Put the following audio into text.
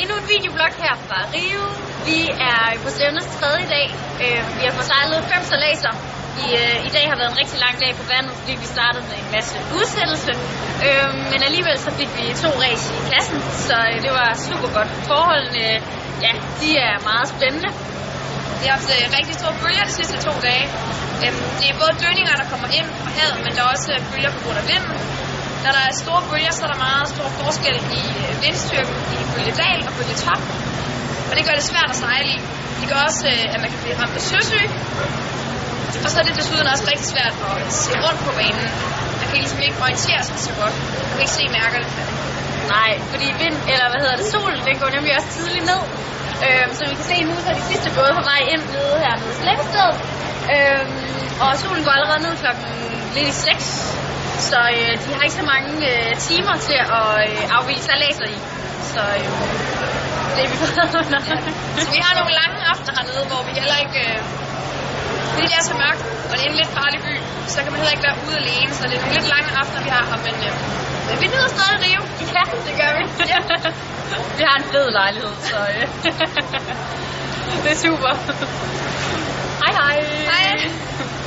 endnu en videoblog her fra Rio. Vi er på stævnets tredje dag. Vi har forsejlet 5 sejladser. I dag har været en rigtig lang dag på vandet, fordi vi startede med en masse udsættelse. Men alligevel så fik vi 2 race i kassen, så det var super godt. Forholdene, ja, de er meget spændende. Vi har haft rigtig store bølger de sidste 2 dage. Det er både dønninger, der kommer ind fra havet, men der er også bølger på grund af vinden. Når der er store bølger, så er der meget stor forskel i vindstyrken i bølgedal og bølgetop. Og det gør det svært at sejle i. Det gør også, at man kan blive ramt af søsyge. Og så er det desuden også rigtig svært at se rundt på banen. Man kan ligesom ikke orientere sig så godt. Man kan ikke se mærkerne. Nej, fordi solen, den går nemlig også tidligt ned. Som vi kan se nu, så er de sidste både på vej ind nede her nede i slæbestedet. Og solen går allerede ned klokken lidt i 6. Så de har ikke så mange timer til at afvige sejladser i. Så det er vi glade under. Så vi har nogle lange aftener hernede, hvor vi heller ikke... fordi det er så mørkt, og det er en lidt farlig by, så der kan man heller ikke være ude alene. Så det er nogle lidt lange aftener, vi har her, men vi nyder stadig Rio. Ja, det gør vi. Ja. Vi har en fed lejlighed, så det er super. Hej hej. Hej.